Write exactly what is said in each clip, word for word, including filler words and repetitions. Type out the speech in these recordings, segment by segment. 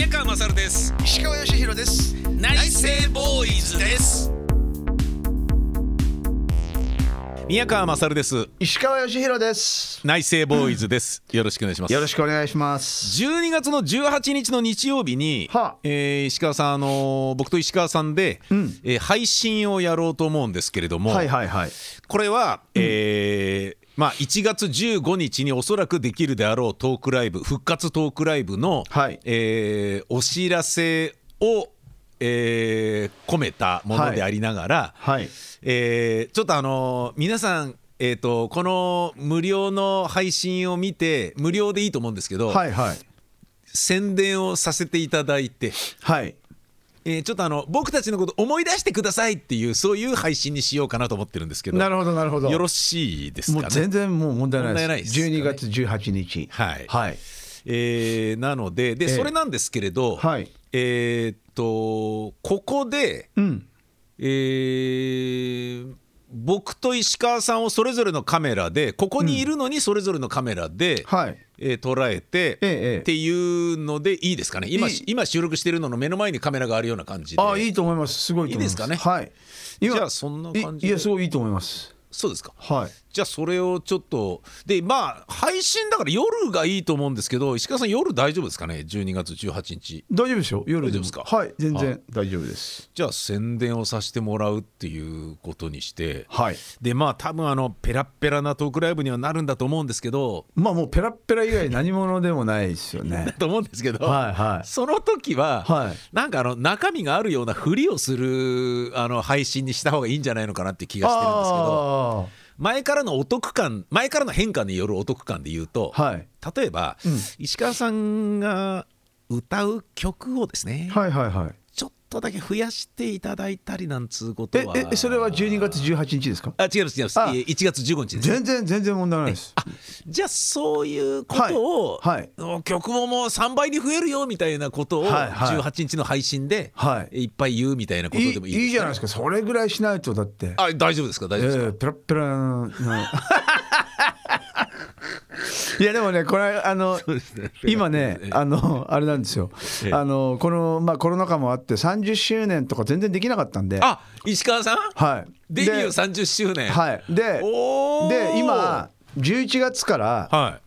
宮川勝です。 石川義弘です。 内政ボーイズです。宮川勝です。 石川義弘です。 内政ボーイズです、うん、よろしくお願いします。 よろしくお願いします。 じゅうにがつのじゅうはちにちの日曜日に、はあえー、石川さん、あのー、僕と石川さんで、うんえー、配信をやろうと思うんですけれども、 はいはいはい、 これは、うんえーまあ、いちがつじゅうごにちにおそらくできるであろうトークライブ、復活トークライブの、はいえー、お知らせを、えー、込めたものでありながら、はいはいえー、ちょっとあのー、皆さん、えーと、この無料の配信を見て、無料でいいと思うんですけど、はいはい、宣伝をさせていただいて、はいえー、ちょっとあの僕たちのこと思い出してくださいっていう、そういう配信にしようかなと思ってるんですけど。なるほどなるほど。よろしいですかね。 もう全然もう問題ないです。問題ないですかね。じゅうにがつじゅうはちにち、 はいはいえー、なので、で、えー、それなんですけれど、はいえー、っとここで、うんえー、僕と石川さんをそれぞれのカメラで、ここにいるのにそれぞれのカメラで、うんはいえー、捉えて、ええ、っていうのでいいですかね。 今, 今収録しているのの目の前にカメラがあるような感じで。 あいいと思います。すごいと思います。いいですかね。はい、 じゃあそんな感じで。 いやすごいいいと思います。 そうですか、 はい、 じゃあそれをちょっとで、まあ配信だから夜がいいと思うんですけど、石川さん夜大丈夫ですかね。じゅうにがつじゅうはちにち大丈夫ですよ。夜大丈夫ですか。 はい全然大丈夫です。 じゃあ宣伝をさせてもらうっていうことにして、 はい、 でまあ多分あのペラッペラなトークライブにはなるんだと思うんですけど、 まあもうペラッペラ以外何者でもないですよねだと思うんですけど、 はい、はい、 その時は、はい、なんかあの中身があるようなふりをするあの配信にした方がいいんじゃないのかなって気がしてるんですけど、前からのお得感、前からの変化によるお得感で言うと、はい、例えば、うん、石川さんが歌う曲をですね、はいはいはい、ちょっとだけ増やしていただいたりなんつうことは。 ええそれはじゅうにがつじゅうはちにちですか。 あ違います違います。いちがつじゅうごにちです。 全然全然問題ないです。 あじゃあそういうことを、はいはい、曲ももうさんばいに増えるよみたいなことをじゅうはちにちの配信でいっぱい言うみたいなことでもいいですか、ね、いい、 いいじゃないですか。それぐらいしないと。だってあ大丈夫ですか大丈夫ですか、えー、 ペラペラいやでもねこれあの、ね、今ねあのあれなんですよ、あのこの、まあ、コロナ禍もあってさんじゅっしゅうねんとか全然できなかったんで。 あ石川さん、 はい、 デビューさんじゅっしゅうねん、 はい、で, で今じゅういちがつから、はい、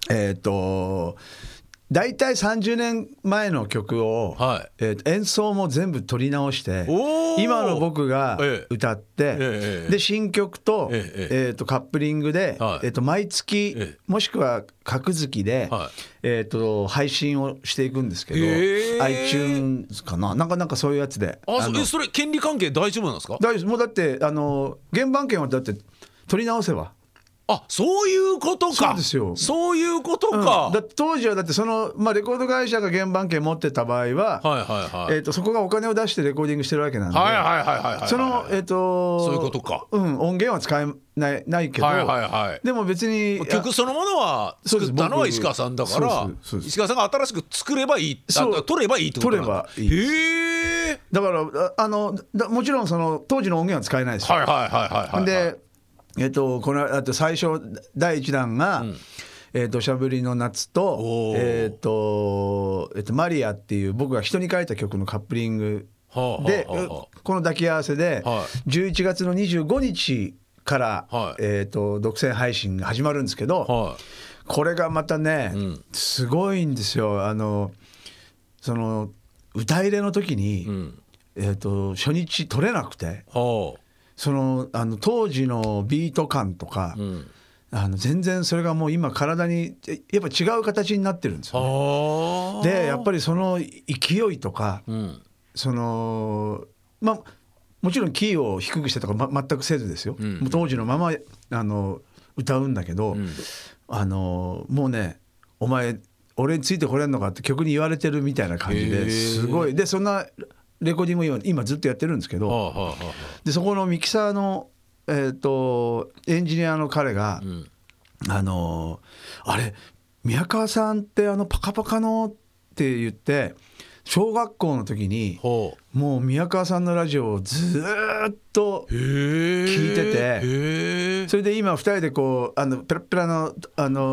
えっ、ー、とだいたいさんじゅうねんまえの曲を、はいえー、演奏も全部取り直して今の僕が歌って、ええ、で新曲と、えええー、とカップリングで、はいえー、と毎月、ええ、もしくは格付きで、はいえー、と配信をしていくんですけど、えー、iTunes かななんかなんかそういうやつで。 ああそ, それ権利関係大丈夫なんですか。 大丈夫。もうだってあの原版権はだって取り直せば。 あそういうことか。 そうですよ。 そういうことか、 うん、だ当時はだってその、まあ、レコード会社が原版権持ってた場合は、はいはいはいえー、とそこがお金を出してレコーディングしてるわけなんで、はいはいはいはいはい、そのえっ、ー、とそういうことか、 うん、音源は使えない、ないけど、はいはいはい、でも別に曲そのものは作ったのは石川さんだから石川さんが新しく作ればいい、取ればいいってことなんだ。 取ればいい。へえ。だからあのだもちろんその当時の音源は使えないですよ。はいはいはいはい、はい、でえっと、このあと最初だいいちだんが、うんえー、土砂降りの夏と、えーとえー、とマリアっていう僕が人に書いた曲のカップリングで、はあはあはあ、この抱き合わせで、はい、じゅういちがつのにじゅうごにちから、はいえー、と独占配信が始まるんですけど、はい、これがまたね、うん、すごいんですよ。あのその歌入れの時に、うんえー、と初日取れなくて、はあそのあの当時のビート感とか、うん、あの全然それがもう今体にやっぱ違う形になってるんですよね。でやっぱりその勢いとか、うん、そのまあもちろんキーを低くしてとか、ま、全くせずですよ、うん、当時のままあの歌うんだけど、うん、あのもうねお前俺についてこれんのかって曲に言われてるみたいな感じですごい。でそんなレコーディングも今ずっとやってるんですけど、はあはあはあ、でそこのミキサーの、えー、とエンジニアの彼が、うん、あのあれ宮川さんってあのパカパカのって言って小学校の時に、はあ、もう宮川さんのラジオをずっと聞いてて、それで今ふたりでこうあのペラペラのあの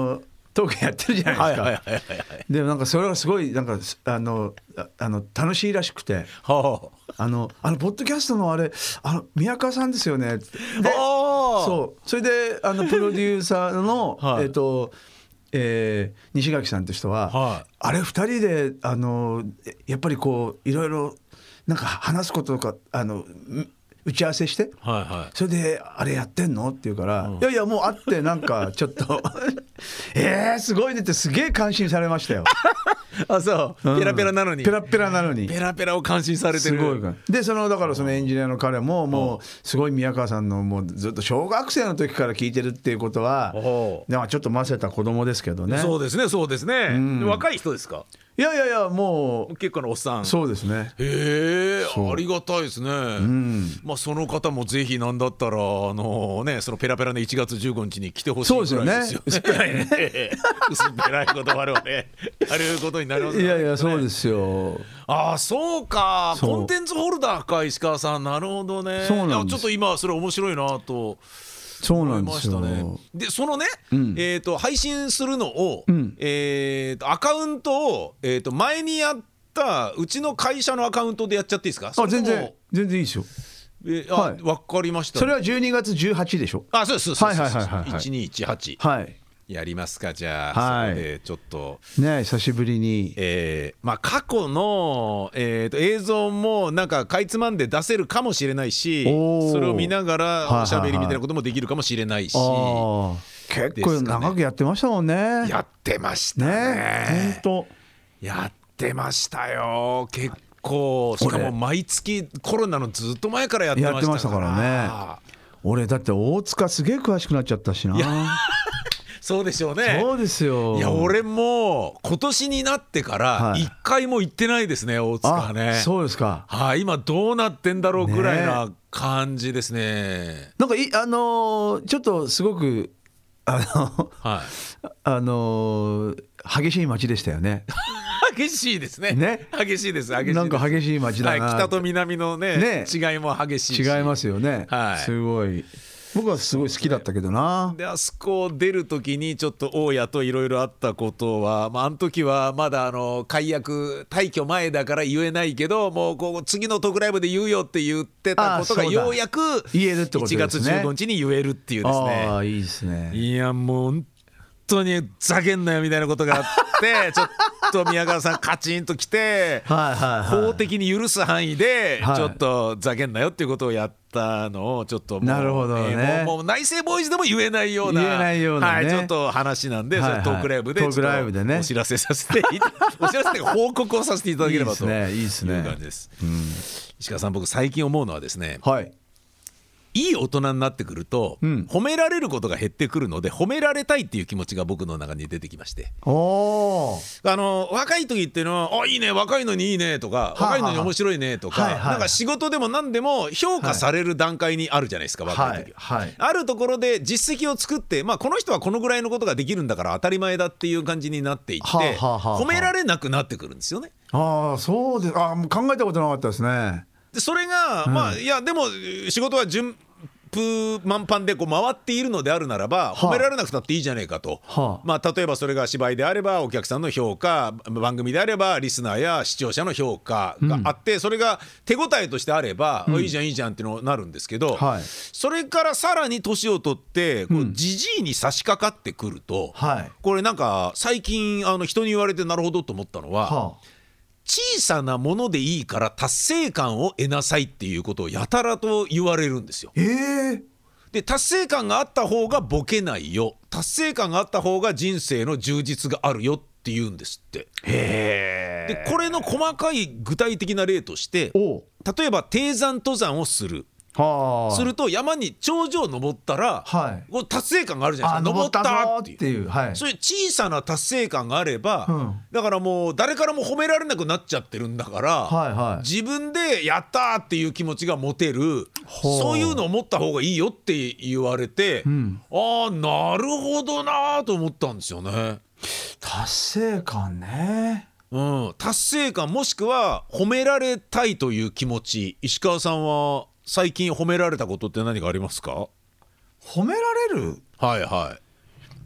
トークやってるじゃないですか、はいはいはいはい、でもなんかそれはすごいなんかあのあの楽しいらしくて、はあ、あのあのポッドキャストのあれあの宮川さんですよねって。でそうそれであのプロデューサーの、はい、えっとえー、西垣さんって人は、はい、あれふたりであのやっぱりこういろいろなんか話すこととかあの打ち合わせして、はいはい、それであれやってんのって言うから、うん、いやいやもう会ってなんかちょっとえーすごいねってすげえ感心されましたよあそう、うん、ペラペラなのにペラペラなのにペラペラを感心されてる。すごいでそのだからそのエンジニアの彼ももうすごい宮川さんのもうずっと小学生の時から聞いてるっていうことはでもちょっとませた子供ですけどね。 そうですねそうですね、うん、若い人ですか。 いやいやいやもう結構のおっさん。 そうですね。 へえありがたいですね、うん、まあその方もぜひなんだったらあのねそのペラペラのいちがつじゅうごにちに来てほしいぐらいですよね。薄っぺらいね薄っぺらい言葉をねあることになりますね。 いやいやそうですよ。 ああそうかコンテンツホルダーか石川さん。なるほどね。そうなんです。いやちょっと今それ面白いなとそうなんですよ。 でそのね、うん、えーと配信するのを、うん、えーとアカウントを、えーと前にやったうちの会社のアカウントでやっちゃっていいですか。 あ全然全然いいですよ。 えあ、はい、分かりました。 それはじゅうにがつじゅうはちでしょ。 あそうですそうですそうですいちにいちはちはいやりますか。じゃあ、はい、そこでちょっとね久しぶりに、 えーまあ、過去の、えー、と映像もなんかかいつまんで出せるかもしれないしそれを見ながらおしゃべりみたいなこともできるかもしれないし、はいはいはい、結構長くやってましたもんね。 やってましたね。 ね本当やってましたよ結構。しかも毎月コロナのずっと前からやってましたから。やってましたからね。俺だって大塚すげえ詳しくなっちゃったしな。 そうでしょうね。 そうですよ。 いや俺も今年になってから一回も行ってないですね、はい、大塚ね。 そうですか。 はい、今どうなってんだろうぐらいな感じですね。 なんかいあのー、ちょっとすごくあの、はい、あのー、激しい街でしたよね。 激しいですね。 ね激しいです。激しいです。 なんか激しい街だな、 はい、北と南の ね, ね違いも激しいし。 違いますよね、はい、すごい僕はすごい好きだったけどな。 であそこを出るときにちょっと大家といろいろあったことは、まあ、あの時はまだあの解約退去前だから言えないけどもうこう次のトークライブで言うよって言ってたことがようやく言えるってことですね。 いちがつじゅうごにちに言えるっていうですね。 ああいいですね。 いやもう本当にざけんなよみたいなことがあってちょっと宮川さんカチンときてはいはい、はい、法的に許す範囲でちょっとざけんなよっていうことをやったのをちょっともう、 なるほどね、 えー、もう、もう内政ボーイズでも言えないような言えないような、ね、 はい、ちょっと話なんで、はいはい、トークライブでちょっとお知らせさせてお知らせというか報告をさせていただければという感じです。うん、石川さん僕最近思うのはですね、はいいい大人になってくると、うん、褒められることが減ってくるので褒められたいっていう気持ちが僕の中に出てきまして、おあの若い時っていうのはあいいね若いのにいいねとか、はあはあ、若いのに面白いねとか、はいはい、なんか仕事でも何でも評価される段階にあるじゃないですか、はい、若い時は、はいはい、あるところで実績を作って、まあ、この人はこのぐらいのことができるんだから当たり前だっていう感じになっていって、はあはあはあ、褒められなくなってくるんですよね。 ああそうです。あもう考えたことなかったですね。 でそれが、うん、まあいやでも仕事は順風満帆でこう回っているのであるならば褒められなくたっていいじゃねえかと、はあまあ、例えばそれが芝居であればお客さんの評価番組であればリスナーや視聴者の評価があって、うん、それが手応えとしてあれば、うん、いいじゃんいいじゃんってのなるんですけど、はい、それからさらに年を取ってじじいに差し掛かってくると、はい、これなんか最近あの人に言われてなるほどと思ったのは、はあ小さなものでいいから達成感を得なさいっていうことをやたらと言われるんですよ。えー、で達成感があった方がボケないよ達成感があった方が人生の充実があるよって言うんですって。へー。でこれの細かい具体的な例として例えば低山登山をするはあ、すると山に頂上登ったら、はい、達成感があるじゃないですか。登ったっていう、っていう、はい、そういう小さな達成感があれば、うん、だからもう誰からも褒められなくなっちゃってるんだから、はいはい、自分でやったっていう気持ちが持てるそういうのを持った方がいいよって言われて、うん、ああなるほどなと思ったんですよね。 達成感ね、 うん、達成感もしくは褒められたいという気持ち。石川さんは最近褒められたことって何かありますか？ 褒められる？ はいはい。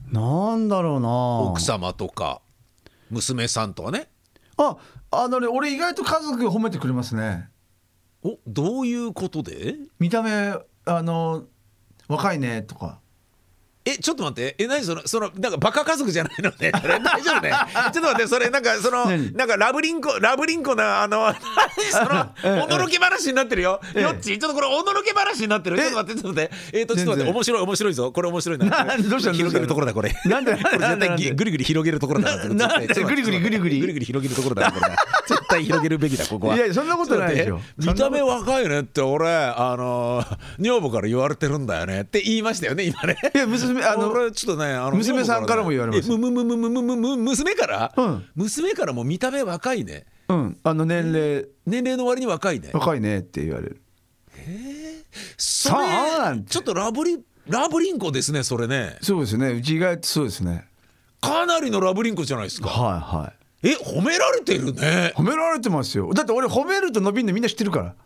なんだろうな、 奥様とか娘さんとかね。 あ、あのね、俺意外と家族褒めてくれますね。 お、どういうことで？ 見た目あの若いねとか。 え、ちょっと待って、え、何その、その、なんかバカ家族じゃないのね、それ大丈夫ね。ちょっと待って、それなんかその、なんかラブリンコ、ラブリンコな、あの、その、おのろけ話になってるよ。よっち、ちょっとこれおのろけ話になってる。ちょっと待って、ちょっと待って、えっと、ちょっと待って、面白い、面白いぞ。これ面白いな。 どうしたの？ 広げるところだ、これ。 なんで？ これ絶対ぐりぐり広げるところだ。 なんで？ぐりぐりぐりぐり。 ぐりぐり広げるところだ、これ。絶対広げるべきだ、ここは。 いや、そんなことないでしょ。 見た目若いねって、俺、あの、女房から言われてるんだよねって言いましたよね、今ね。 いや、娘、あの、 俺ちょっとね、あの娘さんからも言われます。 むむむむむむむ娘から、 うん、 娘からも見た目若いね。 うん、あの年齢年齢の割に若いね。 若いねって言われる。 へえ、それちょっとラブリラブリンコですね、それね。 そうですね、うち意外とそうですね。 かなりのラブリンコじゃないですか。 はいはい。 え、褒められてるね。 褒められてますよ。だって俺褒めると伸びるのみんな知ってるから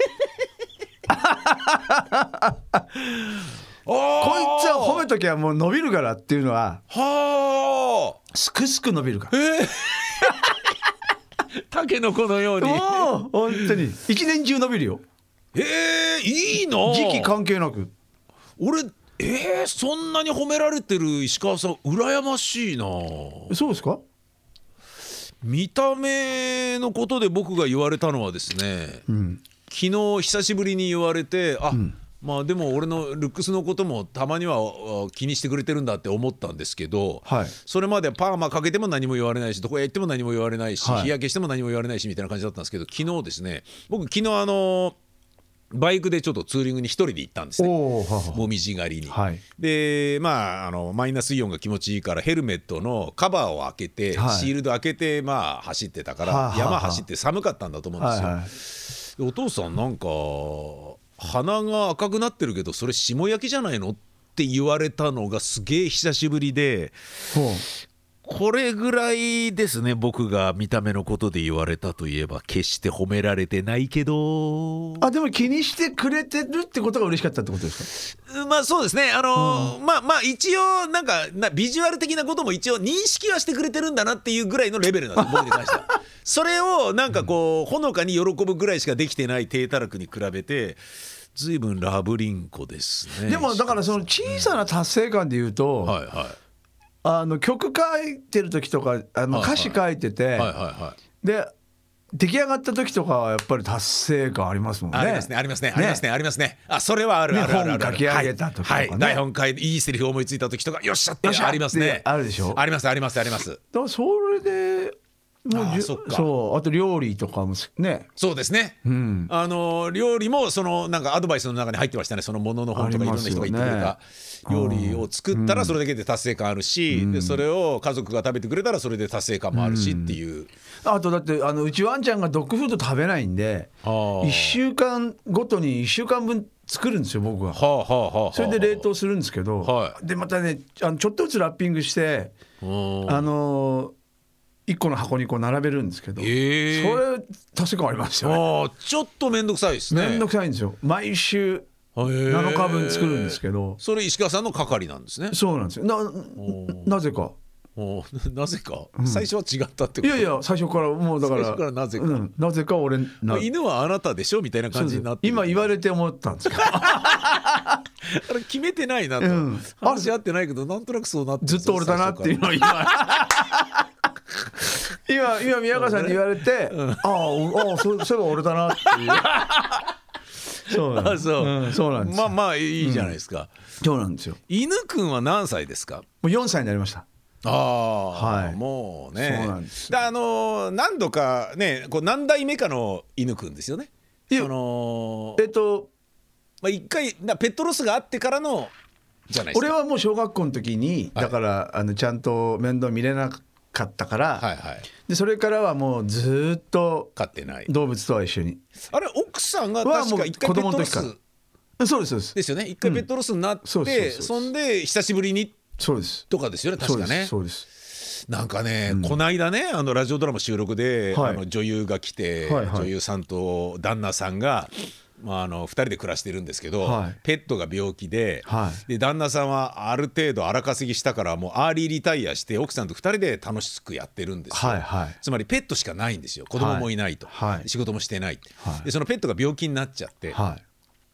こいつは褒めときはもう伸びるからっていうのは、はあ、すくすく伸びるから、えー、 タケノコのように本当に一年中伸びるよ。 えー、いいの？ 時期関係なく。 俺、えー、そんなに褒められてる石川さん羨ましいな。 そうですか？ 見た目のことで僕が言われたのはですね、うん、昨日久しぶりに言われて、あ、うん、まあでも俺のルックスのこともたまには気にしてくれてるんだって思ったんですけど、はい、それまでパーマかけても何も言われないし、どこへ行っても何も言われないし、はい、日焼けしても何も言われないしみたいな感じだったんですけど、昨日ですね、僕昨日あのバイクでちょっとツーリングに一人で行ったんですね、もみじ狩りに、はい、でまああのマイナスイオンが気持ちいいからヘルメットのカバーを開けて、はい、シールド開けてまあ走ってたから、はあはあ、山走って寒かったんだと思うんですよ、はいはい、でお父さんなんか鼻が赤くなってるけどそれ霜焼けじゃないのって言われたのがすげえ久しぶりで、これぐらいですね、僕が見た目のことで言われたといえば決して褒められてないけど、 あ、でも気にしてくれてるってことが嬉しかったってことですか？まあそうですね、あのーうん、まあまあ一応なんかなビジュアル的なことも一応認識はしてくれてるんだなっていうぐらいのレベルなんです僕に関してはそれをなんかこうほのかに喜ぶぐらいしかできてない低たらくに比べてずいぶんラブリンコですね。 でもだからその小さな達成感で言うと、うん、はいはい、あの曲書いてる時とかあの歌詞書いてて、はいはいはいはい、で出来上がった時とかはやっぱり達成感ありますもんね。 ありますねありますねありますねありますね。あ、それはあるあるあるある。 本書き上げた時とかね、はいはい、 台本書いていいセリフ思いついた時とかよっしゃってありますね。 あるでしょ。 ありますありますあります。 だからそれでもうあ, そっかそうあと料理とかもね。 そうですね、うん、あの料理もそのなんかアドバイスの中に入ってましたね。そのものの本とかいろんな人が言ってくれた料理を作ったらそれだけで達成感あるし、うん、でそれを家族が食べてくれたらそれで達成感もあるしっていう、うん、 あとだってあのうちワンちゃんがドッグフード食べないんでいっしゅうかんごとにいっしゅうかんぶん作るんですよ僕は、はあはあはあ、それで冷凍するんですけど、はい、でまたねあのちょっとずつラッピングしてあのいっこの箱にこう並べるんですけど、えー、それ達成感ありますよね。 あ、ちょっと面倒くさいですね。 面倒くさいんですよ。毎週なのかぶん作るんですけど、 それ石川さんの係なんですね。 そうなんですよ。 な, なぜかおなぜか、うん、最初は違ったってこと。 いやいや最初からもうだから最初からなぜか、うん、 なぜか俺な犬はあなたでしょみたいな感じになって今言われて思ったんですけどあれ決めてないなと、うん、話し合ってないけどなんとなくそうなってずっと俺だなっていうのを今今, 今宮川さんに言われて、うん、ああそうそういえば俺だなっていうそうなんです。そう、うん、そうなんです。 まあまあいいじゃないですか、 うん、そうなんですよ。 犬くんは何歳ですか？ もうよんさいになりました。 ああ、はい、もうね。そうなんです。あの何度かねこう何代目かの犬くんですよね。そのえっとまあ一回ペットロスがあってからのじゃないですか。 俺はもう小学校の時にだから、はい、あのちゃんと面倒見れなかったから、はいはい、でそれからはもうずっと飼ってない動物とは一緒に。 あれ奥さんが確か一回ペットロスそうですそうですですよね。一回ペットロスになって、うん、そんで久しぶりにそうですとかですよね確かね。 そうです。 なんかね、うん、この間ねあのラジオドラマ収録で、はい、あの女優が来て、はいはい、女優さんと旦那さんがまあ、あのふたりで暮らしてるんですけど、 はい、 ペットが病気 で,、 はい、 で旦那さんはある程度荒稼ぎしたからもうアーリーリタイアして奥さんとふたりで楽しくやってるんですよ、 はいはい、 つまりペットしかないんですよ。子供もいないと、はい、仕事もしてない、はい、でそのペットが病気になっちゃって、はい、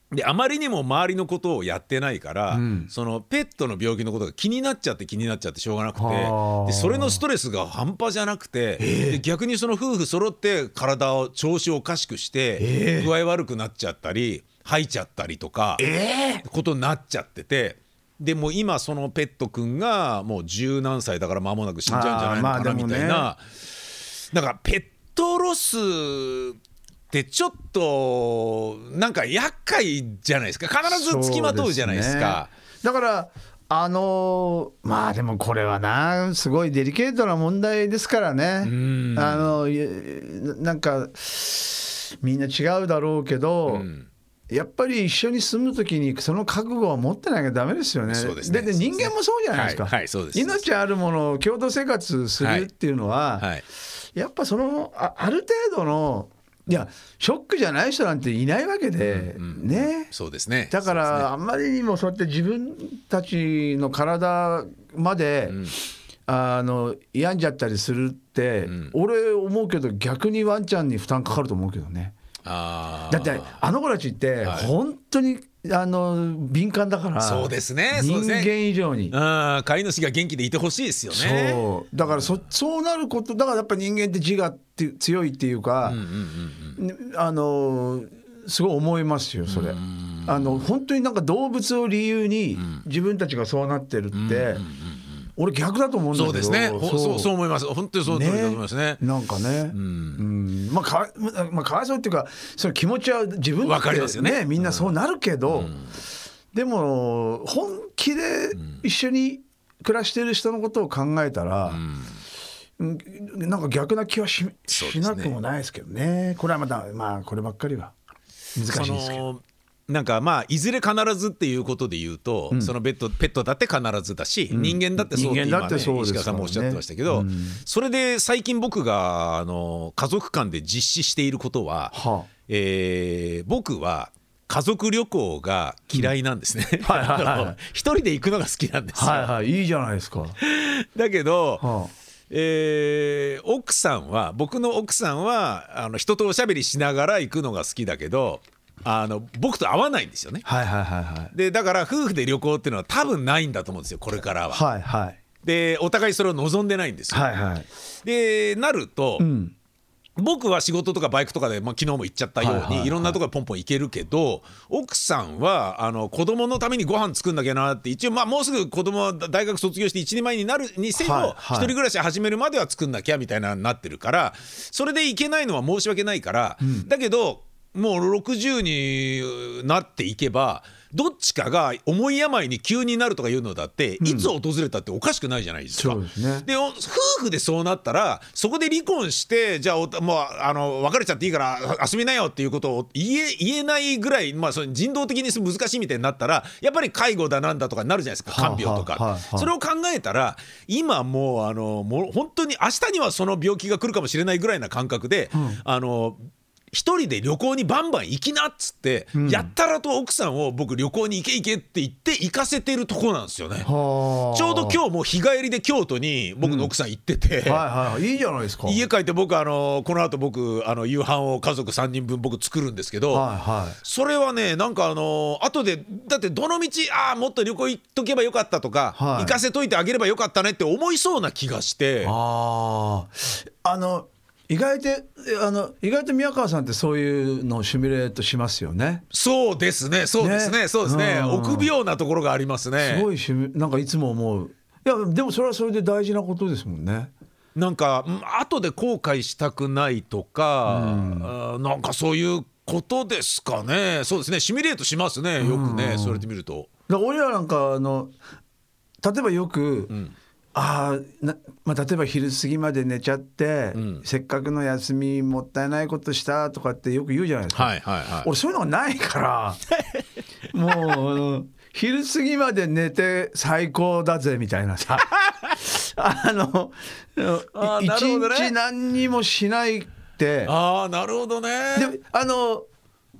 であまりにも周りのことをやってないから、うん、そのペットの病気のことが気になっちゃって気になっちゃってしょうがなくて、でそれのストレスが半端じゃなくて、えー、で逆にその夫婦揃って体を調子をおかしくして、えー、具合悪くなっちゃったり吐いちゃったりとか、えー、ことになっちゃってて、でもう今そのペットくんがもう十何歳だから間もなく死んじゃうんじゃないのかなみたいな、まあね、なんかペットロスってちょっとなんか厄介じゃないですか。必ずつきまとうじゃないですか。 ですね、だからあのー、まあでもこれはなすごいデリケートな問題ですからね。うんあのなんかみんな違うだろうけど、うん、やっぱり一緒に住むときにその覚悟は持ってなきゃダメですよね。 そうですね。 で人間もそうじゃないですか、 はいはい、そうです。 命あるものを共同生活するっていうのは、はいはい、やっぱその あ, ある程度のいやショックじゃない人なんていないわけで、うんうん、ね。 そうですね。 だからね、 あんまりにもそうやって自分たちの体まで、うん、あの病んじゃったりするって、うん、俺思うけど逆にワンちゃんに負担かかると思うけどね。あだってあの子たちって本当に、はい、あの敏感だから。 そうですね。 人間以上に、 あ飼い主が元気でいてほしいですよね。 そうだから そ, そうなることだからやっぱり人間って自我って強いっていうか、うんうんうんうん、あのすごい思いますよそれ。あの本当になんか動物を理由に自分たちがそうなってるって、うんうんうんうん、俺逆だと思うんだけど。 そうですね。そう、そう、そう思います。本当にそうだと思いますね。 なんかね、うんうんまあ、か, まあかわいそうっていうかその気持ちは自分だって、ね、分かりますよね。みんなそうなるけど、うん、でも本気で一緒に暮らしてる人のことを考えたら、うん、なんか逆な気は し, しなくもないですけどね。これはまたまあこればっかりは難しいですけど。 なんかまあいずれ必ずっていうことで言うと、うん、そのペット、ペットだって必ずだし、うん、人間だってそうって今ね石川さんもおっしゃってましたけど、うん、それで最近僕があの家族間で実施していることは、はあえー、僕は家族旅行が嫌いなんですね、うんはいはいはい、一人で行くのが好きなんですよ、 はいはい、いいじゃないですか。 だけど、はあえー、奥さんは僕の奥さんはあの人とおしゃべりしながら行くのが好きだけどあの僕と合わないんですよね、 はいはいはいはい、 でだから夫婦で旅行っていうのは多分ないんだと思うんですよこれからは、 はいはい、 でお互いそれを望んでないんですよ、はいはい、でなると、うん、僕は仕事とかバイクとかで、まあ、昨日も言っちゃったように、はいはいはい、いろんなところポンポン行けるけど奥さんはあの子供のためにご飯作んなきゃなって一応、まあ、もうすぐ子供は大学卒業して一人前になるにせよ、はいはい、一人暮らし始めるまでは作んなきゃみたいなになってるからそれで行けないのは申し訳ないから、うん、だけどもうろくじゅうになっていけばどっちかが重い病に急になるとかいうのだって、うん、いつ訪れたっておかしくないじゃないですか。 そうですね。 で夫婦でそうなったらそこで離婚してじゃあもうあの別れちゃっていいから遊びなよっていうことを言え、言えないぐらい、まあ、その人道的に難しいみたいになったらやっぱり介護だなんだとかになるじゃないですか看病とか、はあはあはあ、それを考えたら今もうあのもう本当に明日にはその病気が来るかもしれないぐらいな感覚で、うん、あの一人で旅行にバンバン行きなっつって、うん、やったらと奥さんを僕旅行に行け行けって言って行かせてるとこなんですよね。ちょうど今日も日帰りで京都に僕の奥さん行ってて、うんはいはい、いいじゃないですか。 家帰って僕あのこの後僕あの夕飯を家族さんにんぶん僕作るんですけど、はいはい、それはねなんかあの後でだってどの道あもっと旅行行っとけばよかったとか、はい、行かせといてあげればよかったねって思いそうな気がして。 ああの意外とあの意外と宮川さんってそういうのをシミュレートしますよね。 そうですねそうですね、ねそうですね、うん、臆病なところがありますね。 すごいシミなんかいつも思う。いやでもそれはそれで大事なことですもんね。 なんか後で後悔したくないとか、うん、なんかそういうことですかね。そうですねシミュレートしますねよくね、うん、そうやって見ると。 だから俺らなんかあの例えばよく、うんあなまあ、例えば昼過ぎまで寝ちゃって、うん、せっかくの休みもったいないことしたとかってよく言うじゃないですか、はいはいはい、俺そういうのがないからもうあの昼過ぎまで寝て最高だぜみたいなさあのあ一日何にもしないってああなるほどね。 であの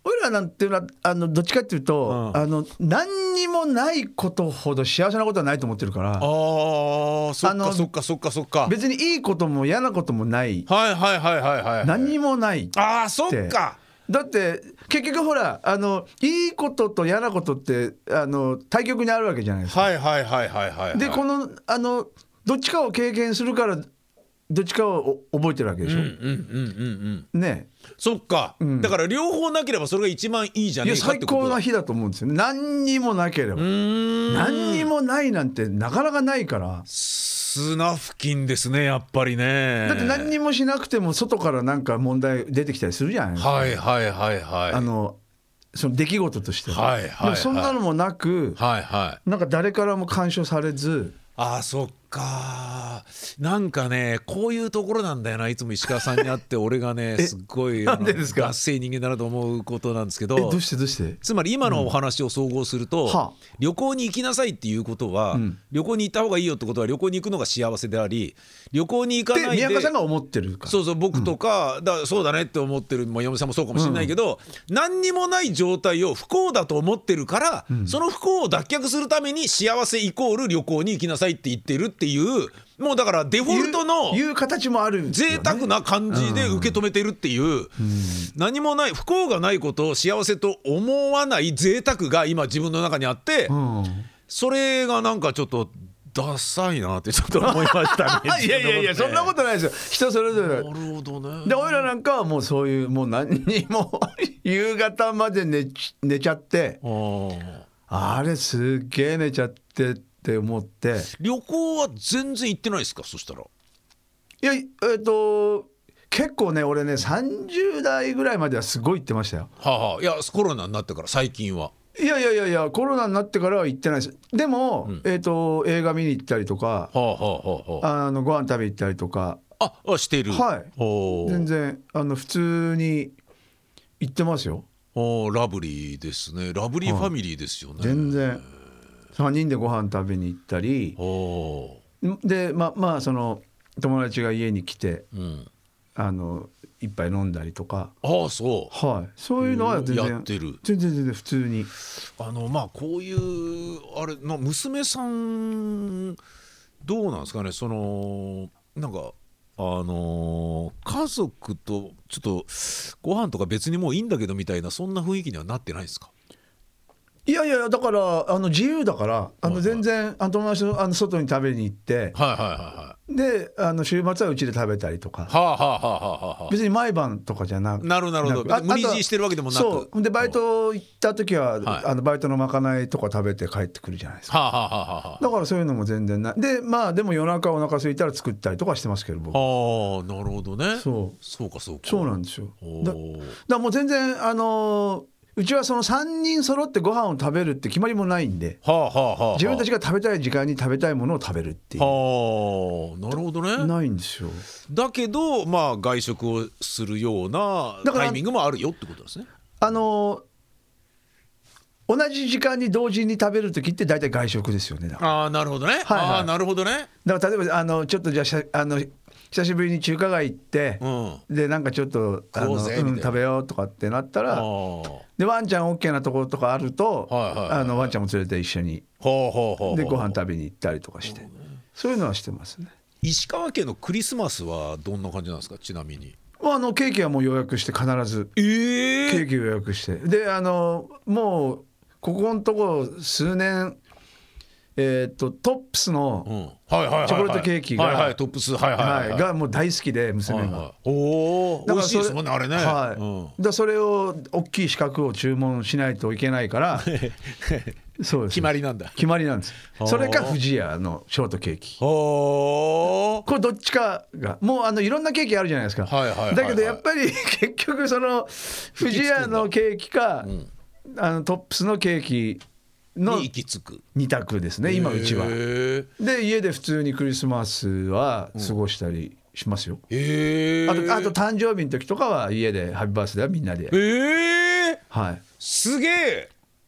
俺らなんていうのはあのどっちかっていうと、うん、あの何にもないことほど幸せなことはないと思ってるから。 あーそっかそっかそっかそっか。 別にいいことも嫌なこともない、 はいはいはいはいはい、はい、 何にもないって。 あーそっか。 だって結局ほらあのいいことと嫌なことってあの対極にあるわけじゃないですか。 はいはいはいはいはい、はい、 でこのあのどっちかを経験するからどっちかを覚えてるわけでしょ。うんうんうんうんうん。ね。 そっか、うん、だから両方なければそれが一番いいじゃねえかってことだ。 いや最高な日だと思うんですよね。何にもなければ。うーん何にもないなんてなかなかないから。 砂付近ですねやっぱりね。 だって何にもしなくても外からなんか問題出てきたりするじゃないですか。 はいはいはいはい。 あのその出来事としては、 はいはいはい、でもそんなのもなく、 はいはい、 なんか誰からも干渉されず。 ああそっか。なんかねこういうところなんだよな。いつも石川さんに会って俺がねすっごいなんでですか。 合性人間だなと思うことなんですけど。 えどうしてどうして。 つまり今のお話を総合すると、うん、旅行に行きなさいっていうことは、うん、旅行に行った方がいいよってことは旅行に行くのが幸せであり、旅行に行かないで宮川さんが思ってるから。 そうそう僕とか、うん、だそうだねって思ってる、まあ、嫁さんもそうかもしれないけど、うん、何にもない状態を不幸だと思ってるから、うん、その不幸を脱却するために幸せイコール旅行に行きなさいって言ってるっていう、もうだからデフォルトのいう形もあるんですよね。 贅沢な感じで受け止めてるっていう、うん、何もない不幸がないことを幸せと思わない贅沢が今自分の中にあって、うん、それがなんかちょっとダサいなってちょっと思いましたね。 いやいやいやそんなことないですよ。人それぞれ。 なるほどね。 で俺らなんかはもうそういうもう何にも夕方まで 寝, 寝ちゃって、あ, あれすっげえ寝ちゃってって思って。 旅行は全然行ってないですか。そしたらいやえっ、ー、と結構ね俺ねさんじゅう代ぐらいまではすごい行ってましたよ。 はあはあ、いやコロナになってから最近は。 いやいやいやいやコロナになってからは行ってないです。でも、うん、えーと映画見に行ったりとか、はあはあはあ、あのご飯食べ行ったりとか。 ああしている。 はい全然あの普通に行ってますよ。 おラブリーですね。ラブリーファミリーですよね。 全然さんにんでご飯食べに行ったりで、ま、まあその友達が家に来て、うん、あの一杯飲んだりとか。 ああそう、 はい、そういうのは全然やってる。 全然全然普通にあのまあこういうあれの娘さんどうなんですかね。そのなんかあのー、家族とちょっとご飯とか別にもういいんだけどみたいなそんな雰囲気にはなってないですか。 いやいやだからあの自由だからあの全然、はいはい、あの友達とあの外に食べに行って、はいはいはいはい、であの週末はうちで食べたりとか、はあはあはあはあ、別に毎晩とかじゃなく。 なるなるほど。無理強いしてるわけでもなく。 そうでバイト行った時は、はい、あのバイトのまかないとか食べて帰ってくるじゃないですか、はあはあはあ、だからそういうのも全然ないで。まあでも夜中お腹空いたら作ったりとかしてますけど僕。 ああなるほどね。そうそうかそうかそうなんですよ。だだからもう全然あのーうちはそのさんにん揃ってご飯を食べるって決まりもないんで、はあはあはあ、自分たちが食べたい時間に食べたいものを食べるっていう。 はあなるほどね。 ないんですよ。 だけどまあ外食をするようなタイミングもあるよってことですね。 あの同じ時間に同時に食べる時って大体外食ですよね。だからああなるほどね、はいはい、ああなるほどね。 だから例えばあのちょっとじゃああの久しぶりに中華街行って、うん、でなんかちょっとあの、うん、食べようとかってなったらでワンちゃん OK なところとかあると、はいはいはいはい、あのワンちゃんも連れて一緒にでご飯食べに行ったりとかして、そういうのはしてますね。 石川県のクリスマスはどんな感じなんですか。ちなみにあのケーキはもう予約して必ず、えー、ケーキ予約してであのもうここのとこ数年えー、とトップスのチョコレートケーキが、 はいはい、トップス、はいはいはい、 がもう大好きで娘が、はいはい、 おお美味しいですもんねあれね、 はいうん、だそれを大きい四角を注文しないといけないからそうです決まりなんだ。 決まりなんです。それか不二家のショートケーキ、これどっちかがもうあのいろんなケーキあるじゃないですか、はいはいはいはい、だけどやっぱり結局その不二家のケーキか、うん、あのトップスのケーキのに行き着くに択ですね今うちは。で家で普通にクリスマスは過ごしたりしますよ、うん、あと、あと誕生日の時とかは家でハッピーバースデーはみんなで、 えーはい、 すげえ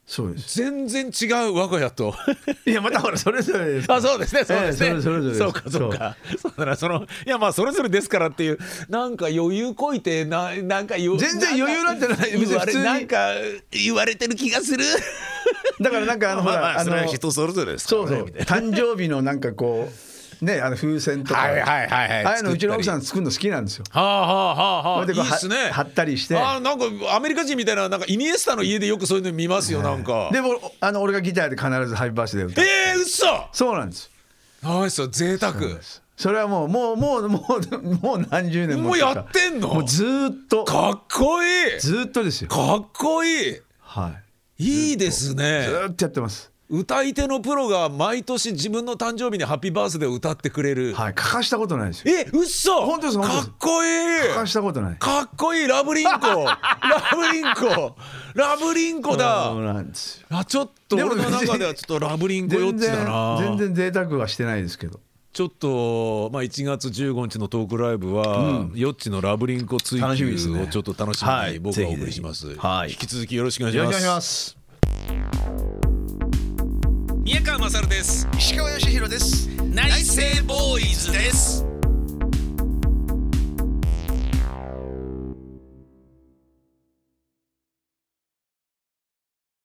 そうです。 全然違う我が家といやまたほらそれぞれです。 あそうですねそうですね、 ええ、それぞれです。 そうかそうかそうだからそのいやまあそれぞれですからっていうなんか余裕こいてななんか全然余裕なんてない別に普通になんか言われてる気がするだからなんかあのほら、まあまあ、 それは人それぞれですからね。 そうそう誕生日のなんかこうね、あの風船とかはいはいはいはい、 ああいうのうちの奥さん作るの好きなんですよ。 はあはあはあはあ、いいっすね。 貼ったりして、 あなんかアメリカ人みたいななんかイニエスタの家でよくそういうの見ますよ、なんか。 でもあの俺がギターで必ずハイバースデー歌って。 えー、嘘。 そうなんです。 ああそう贅沢。 それはもうもうもうもうもう何十年ももうやってんの。 もうずっとかっこいい。 ずっとですよ。 かっこいい。 はい。 いいですね。 ずっとやってます。 歌い手のプロが毎年自分の誕生日にハッピーバースデーを歌ってくれる。 はい、書かしたことないですよ。 え、嘘。 本当です。 かっこいい。 書かしたことない。 かっこいい。ラブリンコラブリンコラブリンコだ。 そうなんですよ。 あ、ちょっと俺の中ではちょっとラブリンコよっちだな。 全然贅沢はしてないですけど、 ちょっと、まあ、いちがつじゅうごにちのトークライブは、うん、よっちのラブリンコ追求をちょっと楽しみに僕はお送りします、はい、引き続きよろしくお願いします。 よろしくお願いします。 宮川勝です。 石川義弘です。 内政ボーイズです。